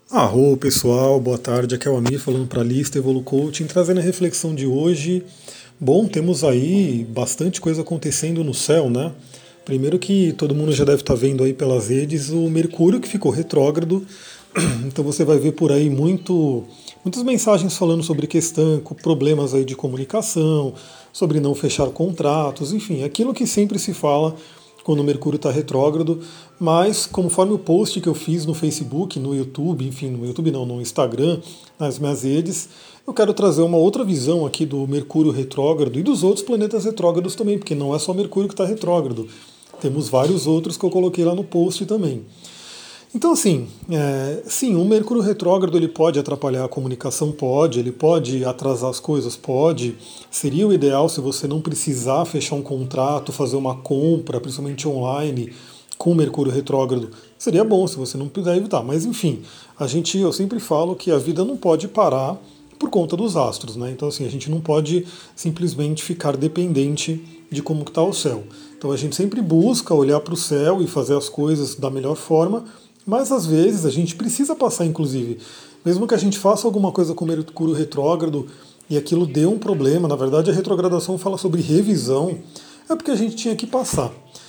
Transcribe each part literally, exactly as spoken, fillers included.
Arro, pessoal, boa tarde. Aqui é o Amir falando para a Lista Evolu Coaching, trazendo a reflexão de hoje. Bom, temos aí bastante coisa acontecendo no céu, né? Primeiro que todo mundo já deve estar vendo aí pelas redes o Mercúrio que ficou retrógrado. Então você vai ver por aí muito, muitas mensagens falando sobre questão, problemas aí de comunicação, sobre não fechar contratos, enfim, aquilo que sempre se fala quando o Mercúrio está retrógrado, mas conforme o post que eu fiz no Facebook, no YouTube, enfim, no YouTube não, no Instagram, nas minhas redes, eu quero trazer uma outra visão aqui do Mercúrio retrógrado e dos outros planetas retrógrados também, porque não é só Mercúrio que está retrógrado, temos vários outros que eu coloquei lá no post também. Então, assim, é, sim, o Mercúrio retrógrado ele pode atrapalhar a comunicação, pode, ele pode atrasar as coisas, pode. Seria o ideal se você não precisar fechar um contrato, fazer uma compra, principalmente online, com o Mercúrio retrógrado. Seria bom se você não puder evitar, mas enfim, a gente, eu sempre falo que a vida não pode parar por conta dos astros, né? Então, assim, a gente não pode simplesmente ficar dependente de como está o céu. Então, a gente sempre busca olhar para o céu e fazer as coisas da melhor forma, mas às vezes a gente precisa passar, inclusive, mesmo que a gente faça alguma coisa com o Mercúrio retrógrado e aquilo dê um problema, na verdade a retrogradação fala sobre revisão, é porque a gente tinha que passar.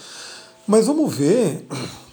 Mas vamos ver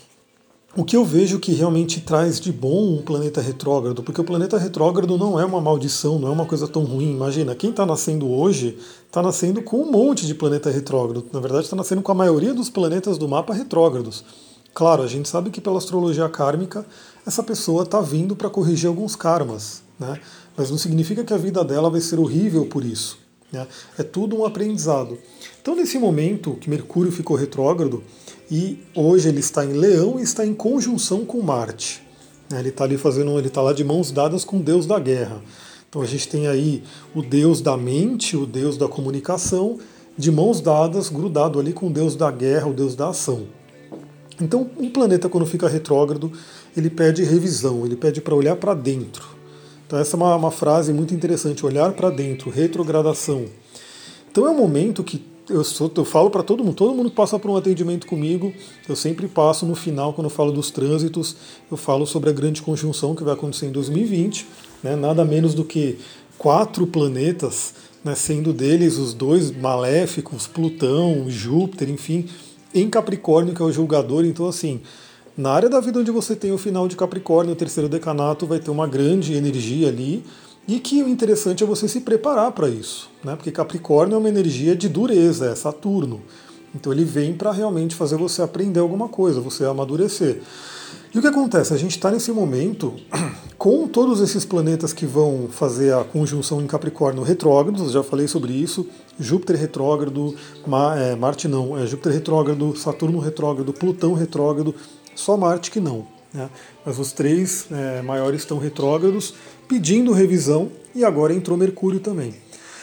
o que eu vejo que realmente traz de bom um planeta retrógrado, porque o planeta retrógrado não é uma maldição, não é uma coisa tão ruim. Imagina, quem está nascendo hoje está nascendo com um monte de planeta retrógrado. Na verdade, está nascendo com a maioria dos planetas do mapa retrógrados. Claro, a gente sabe que pela astrologia kármica, essa pessoa está vindo para corrigir alguns karmas, né? Mas não significa que a vida dela vai ser horrível por isso, né? É tudo um aprendizado. Então, nesse momento que Mercúrio ficou retrógrado, e hoje ele está em Leão e está em conjunção com Marte, né? Ele está ali fazendo, ele está lá de mãos dadas com o Deus da guerra. Então a gente tem aí o Deus da mente, o Deus da comunicação, de mãos dadas, grudado ali com o Deus da guerra, o Deus da ação. Então, um planeta, quando fica retrógrado, ele pede revisão, ele pede para olhar para dentro. Então, essa é uma, uma frase muito interessante, olhar para dentro, retrogradação. Então, é um momento que eu, sou, eu falo para todo mundo, todo mundo que passa por um atendimento comigo, eu sempre passo no final, quando eu falo dos trânsitos, eu falo sobre a grande conjunção que vai acontecer em dois mil e vinte, né, nada menos do que quatro planetas, né, sendo deles os dois maléficos, Plutão, Júpiter, enfim, em Capricórnio, que é o julgador. Então, assim, na área da vida onde você tem o final de Capricórnio, o terceiro decanato, vai ter uma grande energia ali, e que o interessante é você se preparar para isso, né? Porque Capricórnio é uma energia de dureza, é Saturno. Então ele vem para realmente fazer você aprender alguma coisa, você amadurecer. E o que acontece? A gente está nesse momento com todos esses planetas que vão fazer a conjunção em Capricórnio retrógrados, já falei sobre isso, Júpiter retrógrado, Ma, é, Marte não, é Júpiter retrógrado, Saturno retrógrado, Plutão retrógrado, só Marte que não, né? Mas os três é, maiores estão retrógrados, pedindo revisão, e agora entrou Mercúrio também.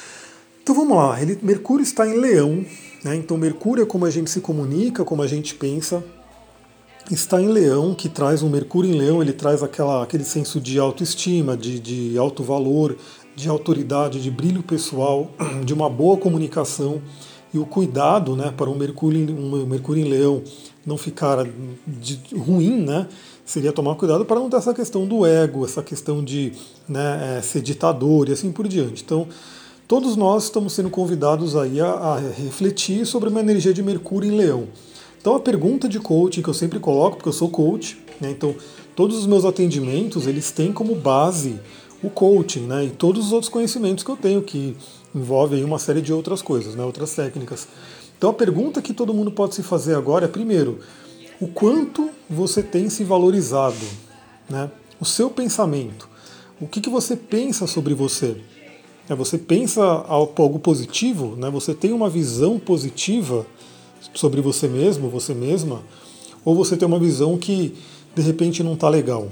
Então vamos lá, ele, Mercúrio está em Leão, né? Então Mercúrio é como a gente se comunica, como a gente pensa, está em Leão, que traz um Mercúrio em Leão, ele traz aquela, aquele senso de autoestima, de, de alto valor, de autoridade, de brilho pessoal, de uma boa comunicação, e o cuidado, né, para um Mercúrio, um Mercúrio em Leão não ficar de, ruim, né, seria tomar cuidado para não ter essa questão do ego, essa questão de, né, ser ditador e assim por diante. Então, todos nós estamos sendo convidados aí a, a refletir sobre uma energia de Mercúrio em Leão. Então a pergunta de coaching que eu sempre coloco, porque eu sou coach, né, então todos os meus atendimentos eles têm como base o coaching, né, e todos os outros conhecimentos que eu tenho, que envolvem uma série de outras coisas, né, outras técnicas. Então a pergunta que todo mundo pode se fazer agora é, primeiro, o quanto você tem se valorizado, né, o seu pensamento, o que, que você pensa sobre você? É, você pensa algo positivo, né, você tem uma visão positiva sobre você mesmo, você mesma, ou você tem uma visão que de repente não está legal.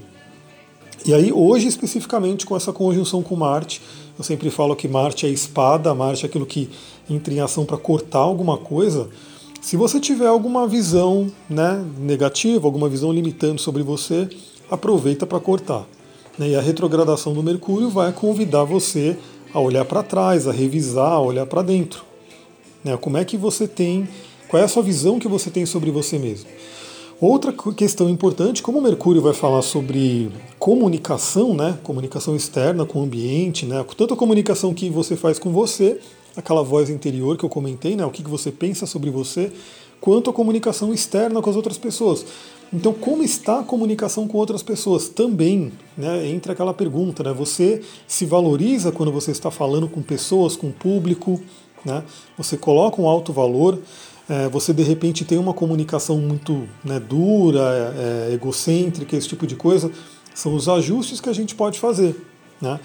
E aí hoje especificamente com essa conjunção com Marte, eu sempre falo que Marte é a espada, Marte é aquilo que entra em ação para cortar alguma coisa. Se você tiver alguma visão, né, negativa, alguma visão limitante sobre você, aproveita para cortar, né? E a retrogradação do Mercúrio vai convidar você a olhar para trás, a revisar, a olhar para dentro, né? Como é que você tem, qual é a sua visão que você tem sobre você mesmo? Outra questão importante, como o Mercúrio vai falar sobre comunicação, né? Comunicação externa com o ambiente, né? Tanto a comunicação que você faz com você, aquela voz interior que eu comentei, né? O que você pensa sobre você, quanto a comunicação externa com as outras pessoas. Então, como está a comunicação com outras pessoas? Também, né? Entra aquela pergunta, né? Você se valoriza quando você está falando com pessoas, com o público, né? Você coloca um alto valor. É, você de repente tem uma comunicação muito, né, dura, é, egocêntrica, esse tipo de coisa, são os ajustes que a gente pode fazer, né?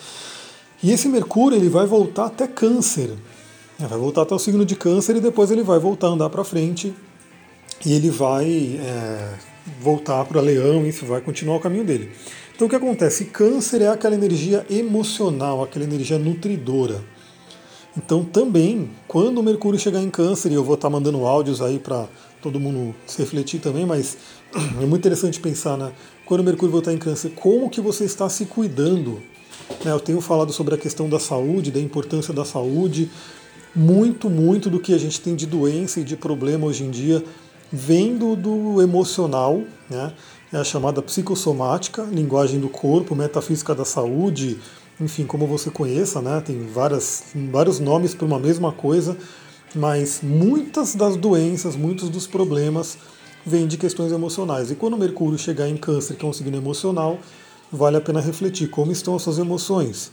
E esse Mercúrio ele vai voltar até Câncer, né? Vai voltar até o signo de Câncer e depois ele vai voltar a andar para frente e ele vai é, voltar para Leão, isso vai continuar o caminho dele. Então o que acontece? Câncer é aquela energia emocional, aquela energia nutridora. Então também, quando o Mercúrio chegar em Câncer, e eu vou estar mandando áudios aí para todo mundo se refletir também, mas é muito interessante pensar, né? Quando o Mercúrio voltar em Câncer, como que você está se cuidando? Né, eu tenho falado sobre a questão da saúde, da importância da saúde, muito, muito do que a gente tem de doença e de problema hoje em dia vem do, do emocional, né? É a chamada psicossomática, linguagem do corpo, metafísica da saúde, enfim, como você conheça, né? Tem várias, vários nomes para uma mesma coisa, mas muitas das doenças, muitos dos problemas vêm de questões emocionais. E quando o Mercúrio chegar em Câncer, que é um signo emocional, vale a pena refletir como estão as suas emoções.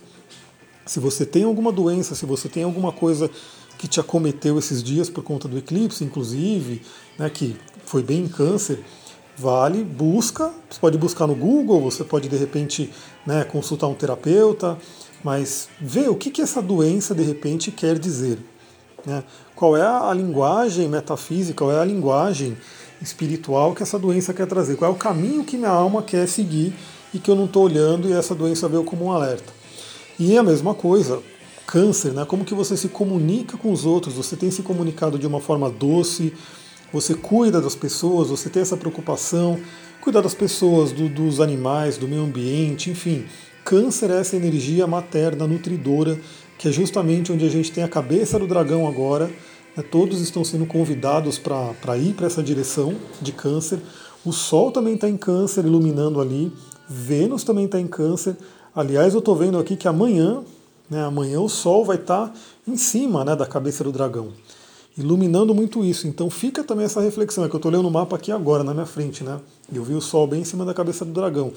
Se você tem alguma doença, se você tem alguma coisa que te acometeu esses dias por conta do eclipse, inclusive, né, que foi bem em Câncer, vale, busca, você pode buscar no Google, você pode de repente, né, consultar um terapeuta, mas vê o que, que essa doença de repente quer dizer. Né? Qual é a linguagem metafísica, qual é a linguagem espiritual que essa doença quer trazer, qual é o caminho que minha alma quer seguir e que eu não estou olhando e essa doença veio como um alerta. E é a mesma coisa, Câncer, né? Como que você se comunica com os outros, você tem se comunicado de uma forma doce, você cuida das pessoas, você tem essa preocupação, cuidar das pessoas, do, dos animais, do meio ambiente, enfim. Câncer é essa energia materna, nutridora, que é justamente onde a gente tem a cabeça do dragão agora. Né? Todos estão sendo convidados para ir para essa direção de Câncer. O Sol também está em Câncer, iluminando ali. Vênus também está em Câncer. Aliás, eu estou vendo aqui que amanhã, né, amanhã o Sol vai estar tá em cima, né, da cabeça do dragão, iluminando muito isso. Então fica também essa reflexão, é que eu estou lendo o mapa aqui agora, na minha frente, né? E eu vi o Sol bem em cima da cabeça do dragão.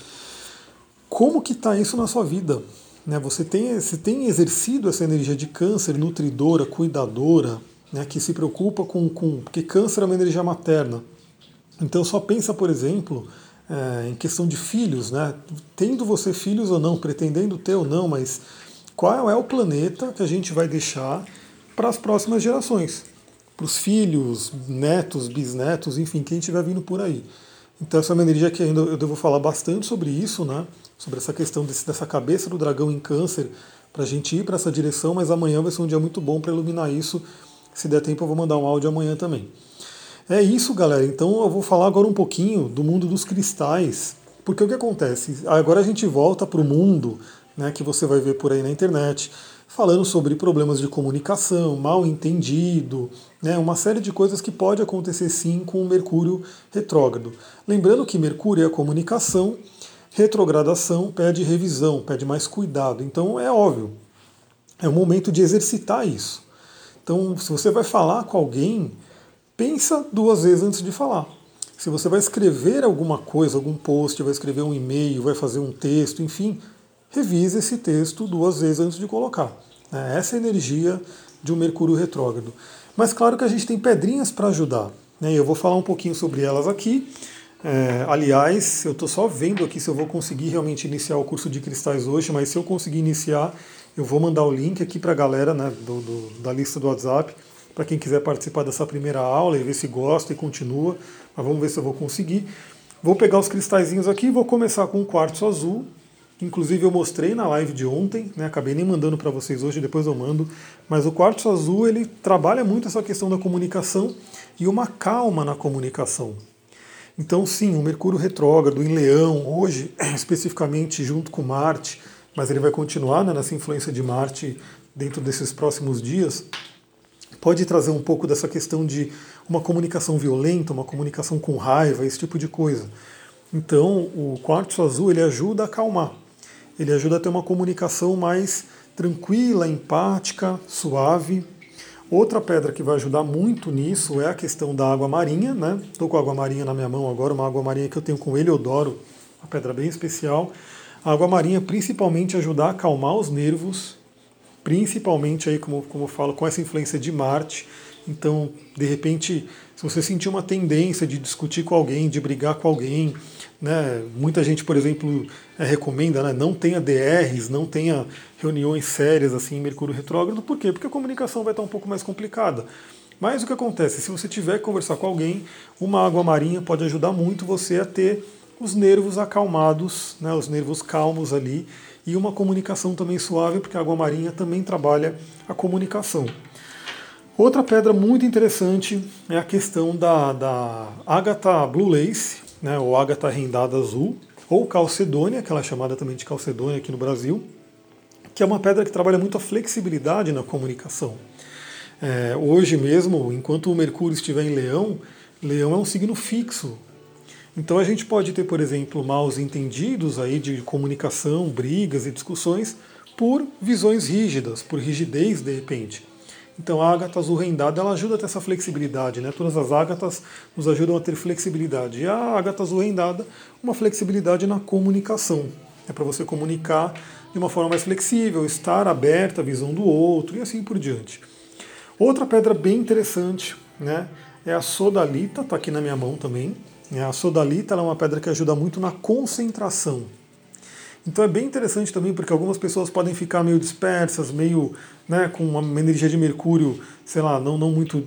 Como que está isso na sua vida? Né, você, tem, você tem exercido essa energia de Câncer, nutridora, cuidadora, né, que se preocupa com, com... Porque Câncer é uma energia materna. Então só pensa, por exemplo, é, em questão de filhos, né? Tendo você filhos ou não, pretendendo ter ou não, mas qual é o planeta que a gente vai deixar para as próximas gerações? Para os filhos, netos, bisnetos, enfim, quem estiver vindo por aí. Então essa é uma energia que ainda eu devo falar bastante sobre isso, né? Sobre essa questão desse, dessa cabeça do dragão em Câncer, para a gente ir para essa direção, mas amanhã vai ser um dia muito bom para iluminar isso. Se der tempo eu vou mandar um áudio amanhã também. É isso, galera. Então eu vou falar agora um pouquinho do mundo dos cristais, porque o que acontece? Agora a gente volta para o mundo, né, que você vai ver por aí na internet, falando sobre problemas de comunicação, mal entendido, né, uma série de coisas que pode acontecer sim com o Mercúrio retrógrado. Lembrando que Mercúrio é a comunicação, retrogradação pede revisão, pede mais cuidado. Então é óbvio, é o momento de exercitar isso. Então, se você vai falar com alguém, pensa duas vezes antes de falar. Se você vai escrever alguma coisa, algum post, vai escrever um e-mail, vai fazer um texto, enfim, revise esse texto duas vezes antes de colocar. Essa é a energia de um Mercúrio retrógrado. Mas claro que a gente tem pedrinhas para ajudar. Né? Eu vou falar um pouquinho sobre elas aqui. É, aliás, eu estou só vendo aqui se eu vou conseguir realmente iniciar o curso de cristais hoje, mas se eu conseguir iniciar, eu vou mandar o link aqui para a galera, né, do, do, da lista do WhatsApp, para quem quiser participar dessa primeira aula e ver se gosta e continua. Mas vamos ver se eu vou conseguir. Vou pegar os cristalzinhos aqui e vou começar com o quartzo azul. Inclusive eu mostrei na live de ontem, né, acabei nem mandando para vocês hoje, depois eu mando. Mas o quartzo azul ele trabalha muito essa questão da comunicação e uma calma na comunicação. Então sim, o Mercúrio retrógrado em Leão, hoje especificamente junto com Marte, mas ele vai continuar, né, nessa influência de Marte dentro desses próximos dias, pode trazer um pouco dessa questão de uma comunicação violenta, uma comunicação com raiva, esse tipo de coisa. Então, o quartzo azul ele ajuda a acalmar, ele ajuda a ter uma comunicação mais tranquila, empática, suave. Outra pedra que vai ajudar muito nisso é a questão da água marinha, né? Estou com a água marinha na minha mão agora, uma água marinha que eu tenho com Heliodoro, uma pedra bem especial. A água marinha principalmente ajudar a acalmar os nervos, principalmente aí, como, como eu falo, com essa influência de Marte. Então, de repente, se você sentir uma tendência de discutir com alguém, de brigar com alguém, né, muita gente, por exemplo, é, recomenda, né, não tenha D Rs, não tenha reuniões sérias assim em Mercúrio retrógrado. Por quê? Porque a comunicação vai estar um pouco mais complicada. Mas o que acontece? Se você tiver que conversar com alguém, uma água marinha pode ajudar muito você a ter os nervos acalmados, né, os nervos calmos ali, e uma comunicação também suave, porque a água marinha também trabalha a comunicação. Outra pedra muito interessante é a questão da, da ágata blue lace, né, ou ágata rendada azul, ou calcedônia, que ela é chamada também de calcedônia aqui no Brasil, que é uma pedra que trabalha muito a flexibilidade na comunicação. É, hoje mesmo, enquanto o Mercúrio estiver em Leão, Leão é um signo fixo. Então a gente pode ter, por exemplo, maus entendidos aí de comunicação, brigas e discussões por visões rígidas, por rigidez de repente. Então a ágata azul rendada ela ajuda a ter essa flexibilidade, né? Todas as ágatas nos ajudam a ter flexibilidade. E a ágata azul rendada, uma flexibilidade na comunicação. É para você comunicar de uma forma mais flexível, estar aberta à visão do outro e assim por diante. Outra pedra bem interessante, né, é a sodalita, está aqui na minha mão também. A sodalita ela é uma pedra que ajuda muito na concentração. Então é bem interessante também porque algumas pessoas podem ficar meio dispersas, meio, né, com uma energia de Mercúrio, sei lá, não, não muito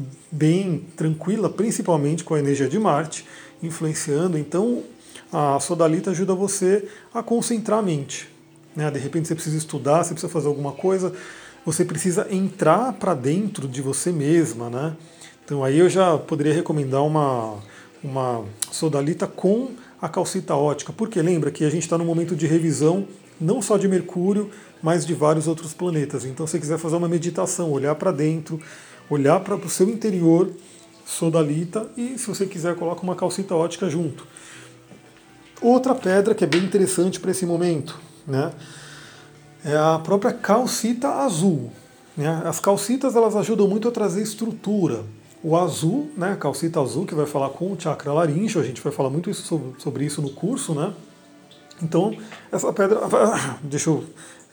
bem tranquila, principalmente com a energia de Marte influenciando. Então a sodalita ajuda você a concentrar a mente. Né? De repente você precisa estudar, você precisa fazer alguma coisa, você precisa entrar para dentro de você mesma. Né? Então aí eu já poderia recomendar uma, uma sodalita com a calcita ótica, porque lembra que a gente está num momento de revisão não só de Mercúrio, mas de vários outros planetas. Então se você quiser fazer uma meditação, olhar para dentro, olhar para o seu interior, sodalita, e se você quiser coloca uma calcita ótica junto. Outra pedra que é bem interessante para esse momento, né, é a própria calcita azul. Né? As calcitas elas ajudam muito a trazer estrutura. O azul, né, a calcita azul, que vai falar com o chakra laríngeo, a gente vai falar muito isso sobre, sobre isso no curso, né? Então, essa pedra... Deixa eu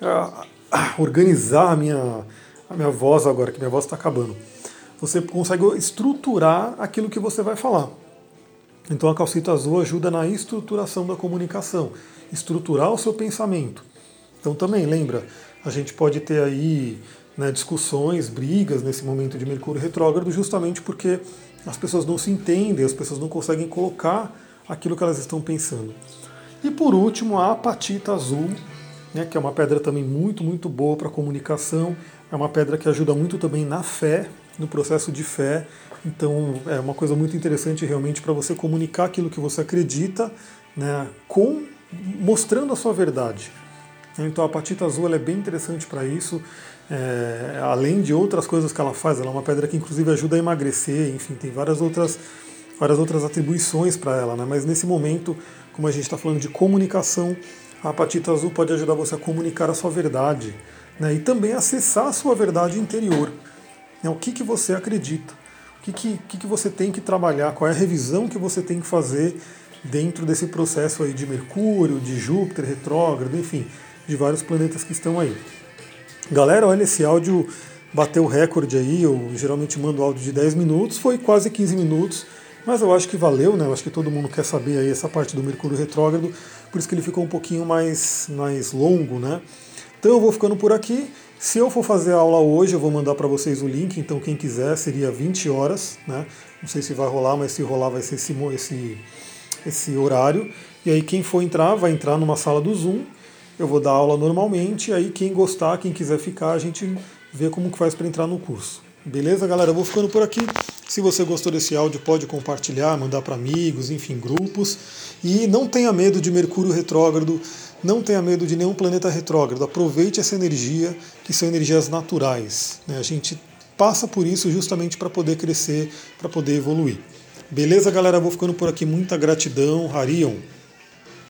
organizar a minha, a minha voz agora, que minha voz está acabando. Você consegue estruturar aquilo que você vai falar. Então a calcita azul ajuda na estruturação da comunicação, estruturar o seu pensamento. Então também, lembra, a gente pode ter aí, né, discussões, brigas nesse momento de Mercúrio retrógrado, justamente porque as pessoas não se entendem, as pessoas não conseguem colocar aquilo que elas estão pensando. E por último, a apatita azul, né, que é uma pedra também muito, muito boa para comunicação, é uma pedra que ajuda muito também na fé, no processo de fé. Então é uma coisa muito interessante realmente para você comunicar aquilo que você acredita, né, com, mostrando a sua verdade. Então a apatita azul ela é bem interessante para isso, é, além de outras coisas que ela faz, ela é uma pedra que inclusive ajuda a emagrecer, enfim, tem várias outras, várias outras atribuições para ela, né? Mas nesse momento, como a gente está falando de comunicação, a apatita azul pode ajudar você a comunicar a sua verdade, né? E também acessar a sua verdade interior, né? O que, que você acredita, o que, que, que, que você tem que trabalhar, qual é a revisão que você tem que fazer dentro desse processo aí de Mercúrio, de Júpiter retrógrado, enfim, de vários planetas que estão aí. Galera, olha, esse áudio bateu o recorde aí, eu geralmente mando áudio de dez minutos, foi quase quinze minutos, mas eu acho que valeu, né? Eu acho que todo mundo quer saber aí essa parte do Mercúrio retrógrado, por isso que ele ficou um pouquinho mais, mais longo, né? Então eu vou ficando por aqui. Se eu for fazer a aula hoje, eu vou mandar para vocês o link, então quem quiser seria vinte horas, né? Não sei se vai rolar, mas se rolar vai ser esse, esse, esse horário. E aí quem for entrar, vai entrar numa sala do Zoom, eu vou dar aula normalmente, e aí quem gostar, quem quiser ficar, a gente vê como que faz para entrar no curso. Beleza, galera? Eu vou ficando por aqui. Se você gostou desse áudio, pode compartilhar, mandar para amigos, enfim, grupos. E não tenha medo de Mercúrio retrógrado, não tenha medo de nenhum planeta retrógrado. Aproveite essa energia, que são energias naturais, né? A gente passa por isso justamente para poder crescer, para poder evoluir. Beleza, galera? Vou ficando por aqui. Muita gratidão. Harion.